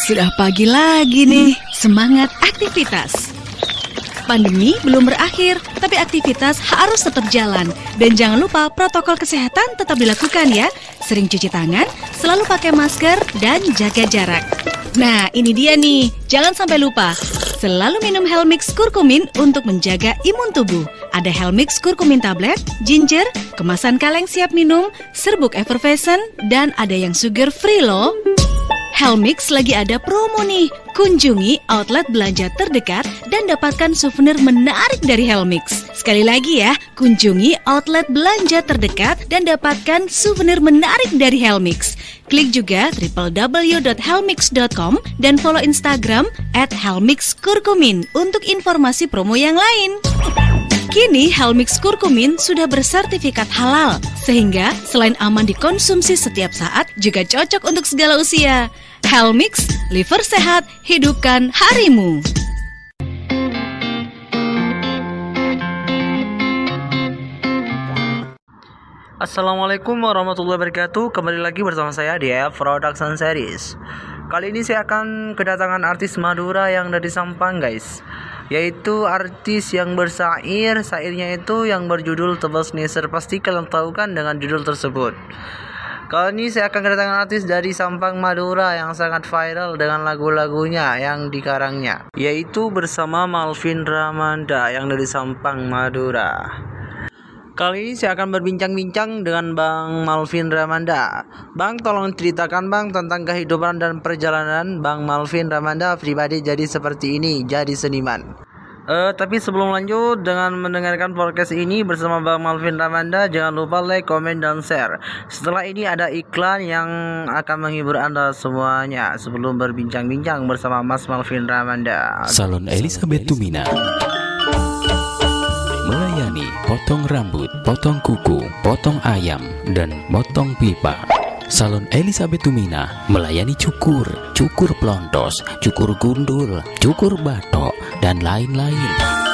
Sudah pagi lagi nih, semangat aktivitas. Pandemi belum berakhir, tapi aktivitas harus tetap jalan. Dan jangan lupa protokol kesehatan tetap dilakukan ya. Sering cuci tangan, selalu pakai masker, dan jaga jarak. Nah, ini dia nih, jangan sampai lupa. Selalu minum Helmix Kurkumin untuk menjaga imun tubuh. Ada Helmix Kurkumin tablet, ginger, kemasan kaleng siap minum, serbuk effervescent, dan ada yang sugar free loh. Helmix lagi ada promo nih. Kunjungi outlet belanja terdekat dan dapatkan souvenir menarik dari Helmix. Sekali lagi ya, kunjungi outlet belanja terdekat dan dapatkan souvenir menarik dari Helmix. Klik juga www.helmix.com dan follow Instagram @helmixkurkumin untuk informasi promo yang lain. Kini Helmix Kurkumin sudah bersertifikat halal, sehingga selain aman dikonsumsi setiap saat, juga cocok untuk segala usia. Helmix, liver sehat, hidupkan harimu. Assalamualaikum warahmatullahi wabarakatuh. Kembali lagi bersama saya di F Production Series. Kali ini saya akan kedatangan artis Madura yang dari Sampang, guys. Yaitu artis yang bersair. Sairnya itu yang berjudul Tebas Neser. Pasti kalian tahu kan dengan judul tersebut. Kali ini saya akan kedatangan artis dari Sampang, Madura yang sangat viral dengan lagu-lagunya yang dikarangnya, yaitu bersama Malvin Ramanda yang dari Sampang, Madura. Kali ini saya akan berbincang-bincang dengan Bang Malvin Ramanda. Bang, tolong ceritakan Bang tentang kehidupan dan perjalanan Bang Malvin Ramanda pribadi jadi seperti ini, jadi seniman. Tapi sebelum lanjut dengan mendengarkan podcast ini bersama Bang Malvin Ramanda, jangan lupa like, komen, dan share. Setelah ini ada iklan yang akan menghibur Anda semuanya. Sebelum berbincang-bincang bersama Mas Malvin Ramanda. Salon Elizabeth Tumina melayani potong rambut, potong kuku, potong ayam, dan potong pipa. Salon Elizabeth Tumina melayani cukur, cukur pelontos, cukur gundul, cukur batok, dan lain-lain.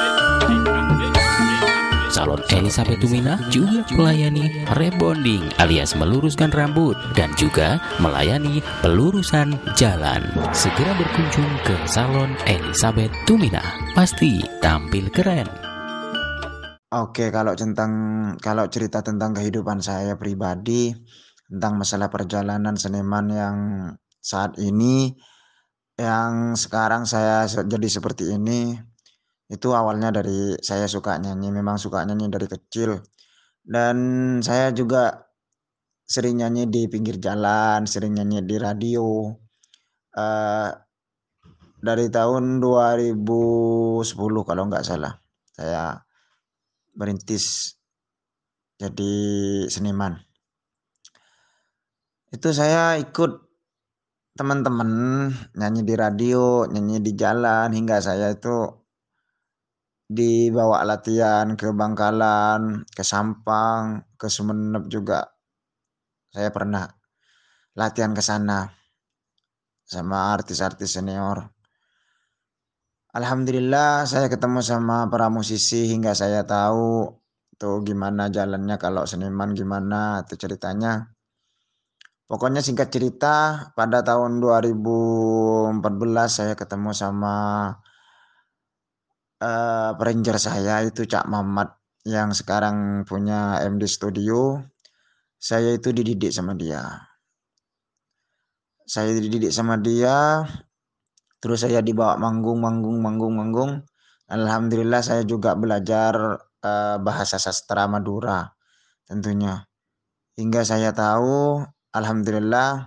Salon Elizabeth Tumina juga melayani rebonding alias meluruskan rambut dan juga melayani pelurusan jalan. Segera berkunjung ke Salon Elizabeth Tumina, pasti tampil keren. Oke, kalau cerita tentang kehidupan saya pribadi, tentang masalah perjalanan seniman yang saat ini, yang sekarang saya jadi seperti ini, itu awalnya dari saya suka nyanyi, memang suka nyanyi dari kecil. Dan saya juga sering nyanyi di pinggir jalan, sering nyanyi di radio. Dari tahun 2010 kalau nggak salah, saya merintis jadi seniman. Itu saya ikut teman-teman nyanyi di radio, nyanyi di jalan, hingga saya itu dibawa latihan ke Bangkalan, ke Sampang, ke Sumeneb juga. Saya pernah latihan ke sana sama artis-artis senior. Alhamdulillah saya ketemu sama para musisi hingga saya tahu tuh gimana jalannya kalau seniman, gimana tuh ceritanya. Pokoknya singkat cerita, pada tahun 2014 saya ketemu sama Ranger saya, itu Cak Mamat yang sekarang punya MD Studio. Saya itu dididik sama dia. Terus saya dibawa manggung. Alhamdulillah saya juga belajar bahasa sastra Madura tentunya. Hingga saya tahu, alhamdulillah,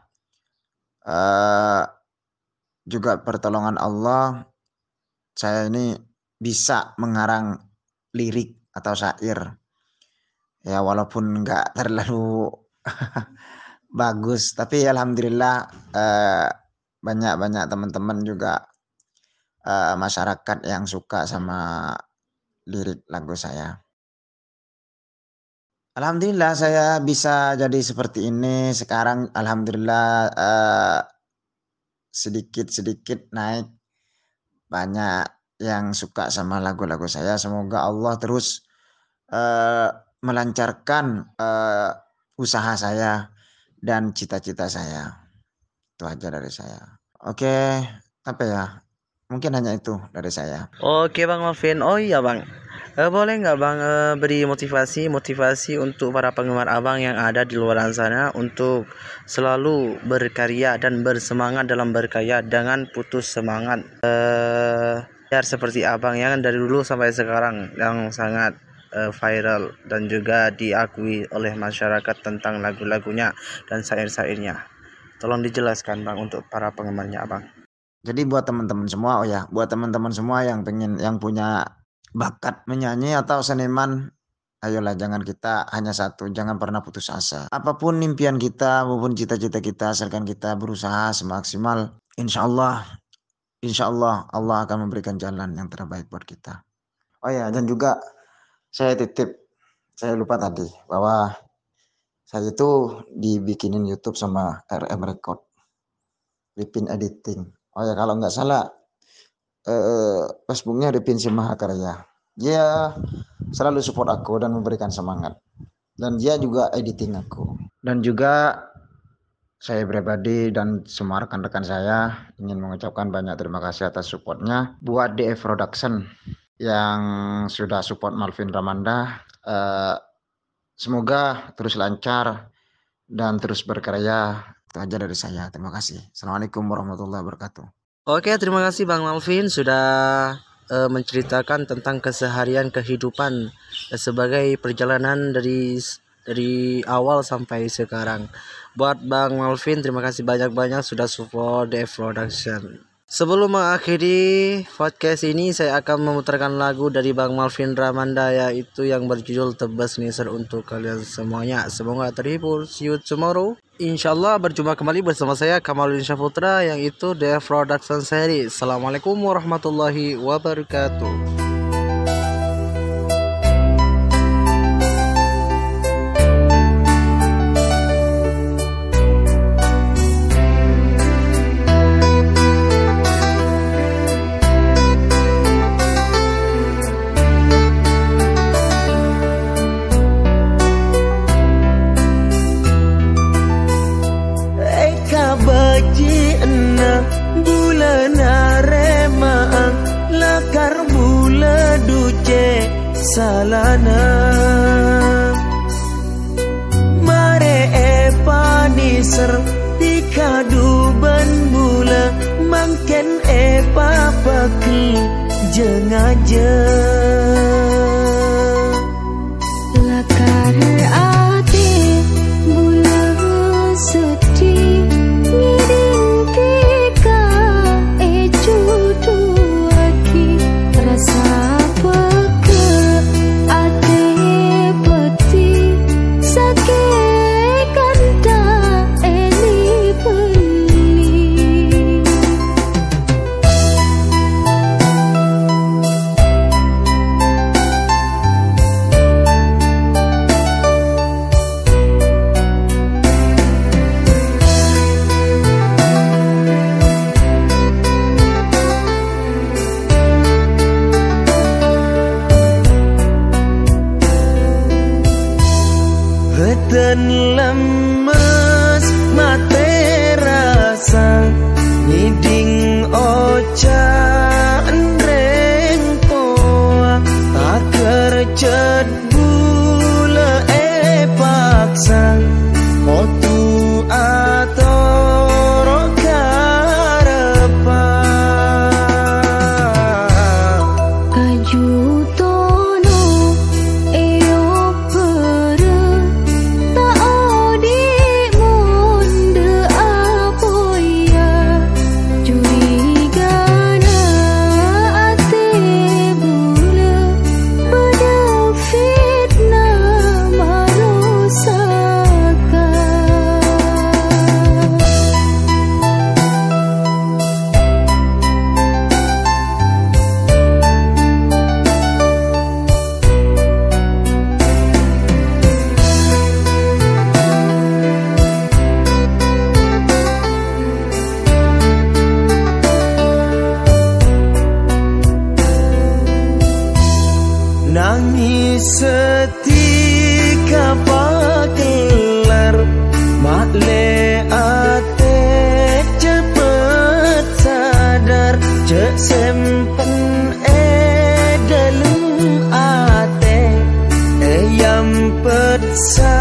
juga pertolongan Allah, saya ini bisa mengarang lirik atau syair. Ya walaupun nggak terlalu bagus, tapi alhamdulillah banyak teman-teman juga masyarakat yang suka sama lirik lagu saya. Alhamdulillah saya bisa jadi seperti ini sekarang. Alhamdulillah sedikit naik, banyak yang suka sama lagu-lagu saya. Semoga Allah terus melancarkan usaha saya dan cita-cita saya. Itu aja dari saya. Oke, apa ya? Mungkin hanya itu dari saya. Oke Bang Malvin, oh iya Bang, boleh nggak Bang beri motivasi untuk para penggemar Abang yang ada di luar sana untuk selalu berkarya dan bersemangat dalam berkarya, jangan putus semangat, biar seperti Abang yang dari dulu sampai sekarang yang sangat viral dan juga diakui oleh masyarakat tentang lagu-lagunya dan syair-syairnya. Tolong dijelaskan Bang untuk para penggemarnya Abang. Jadi buat teman-teman semua, buat teman-teman semua yang punya bakat menyanyi atau seniman, ayolah jangan kita hanya satu, jangan pernah putus asa. Apapun impian kita maupun cita-cita kita, asalkan kita berusaha semaksimal, insya Allah Allah akan memberikan jalan yang terbaik buat kita. Oh ya, dan juga saya lupa tadi bahwa saya itu dibikinin YouTube sama RM Record, Ripin Editing. Oh ya, kalau nggak salah Facebooknya Ripin Simahakarya. Dia selalu support aku dan memberikan semangat. Dan dia juga editing aku. Dan juga saya pribadi dan semua rekan-rekan saya ingin mengucapkan banyak terima kasih atas supportnya buat DF Production yang sudah support Malvin Ramanda. Semoga terus lancar dan terus berkarya. Itu aja dari saya. Terima kasih. Assalamualaikum warahmatullahi wabarakatuh. Oke, terima kasih Bang Malvin sudah menceritakan tentang keseharian kehidupan sebagai perjalanan dari awal sampai sekarang. Buat Bang Malvin, terima kasih banyak-banyak sudah support DF Production. Sebelum mengakhiri podcast ini, saya akan memutarkan lagu dari Bang Malvin Ramanda, yaitu yang berjudul The Best Nicer untuk kalian semuanya. Semoga terhibur. See you tomorrow. Insyaallah berjumpa kembali bersama saya Kamaludin Syahputra, yang itu DF Production Series. Assalamualaikum warahmatullahi wabarakatuh. Salana mare paniser dikadu ban bula mangken papaki jengaja lakar ati bula sedih ngiring tika cuduaki rasa dan lemes mate rasa ngiding oca reng toa tak kercet bula paksa otu atoro karepa kaju tono eo pere nangis setika pakelar makle ate cepet sempen dalam ate yang persa